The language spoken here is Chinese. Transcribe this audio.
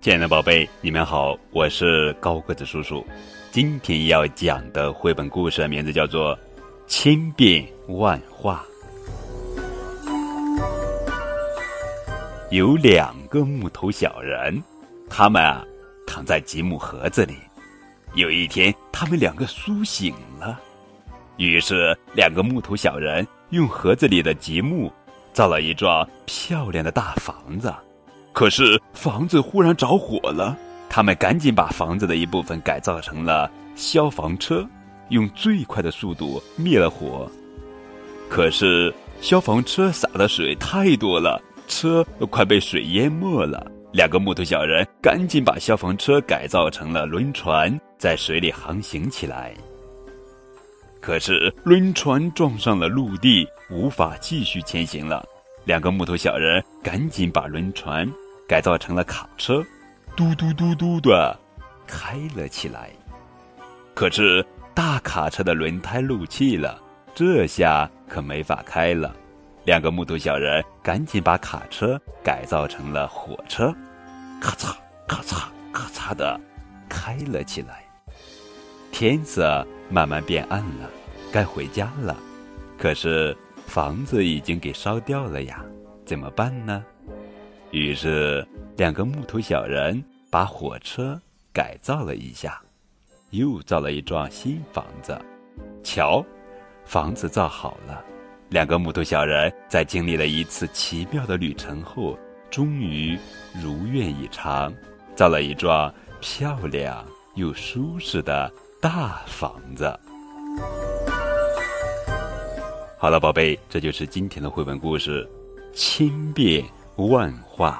亲爱的宝贝，你们好，我是高个子叔叔。今天要讲的绘本故事名字叫做《千变万化》。有2个木头小人，他们躺在积木盒子里。有一天，他们2个苏醒了，于是2个木头小人用盒子里的积木造了一幢漂亮的大房子。可是房子忽然着火了，他们赶紧把房子的一部分改造成了消防车，用最快的速度灭了火。可是消防车洒的水太多了，车快被水淹没了。2个木头小人赶紧把消防车改造成了轮船，在水里航行起来。可是轮船撞上了陆地，无法继续前行了。2个木头小人赶紧把轮船改造成了卡车，嘟嘟嘟嘟的开了起来。可是大卡车的轮胎漏气了，这下可没法开了。2个木头小人赶紧把卡车改造成了火车，咔嚓咔嚓咔嚓的开了起来。天色慢慢变暗了，该回家了。可是房子已经给烧掉了呀，怎么办呢？于是2个木头小人把火车改造了一下，又造了一幢新房子。瞧，房子造好了。2个木头小人在经历了一次奇妙的旅程后，终于如愿以偿，造了一幢漂亮又舒适的大房子。好了，宝贝，这就是今天的绘本故事《千变万化》。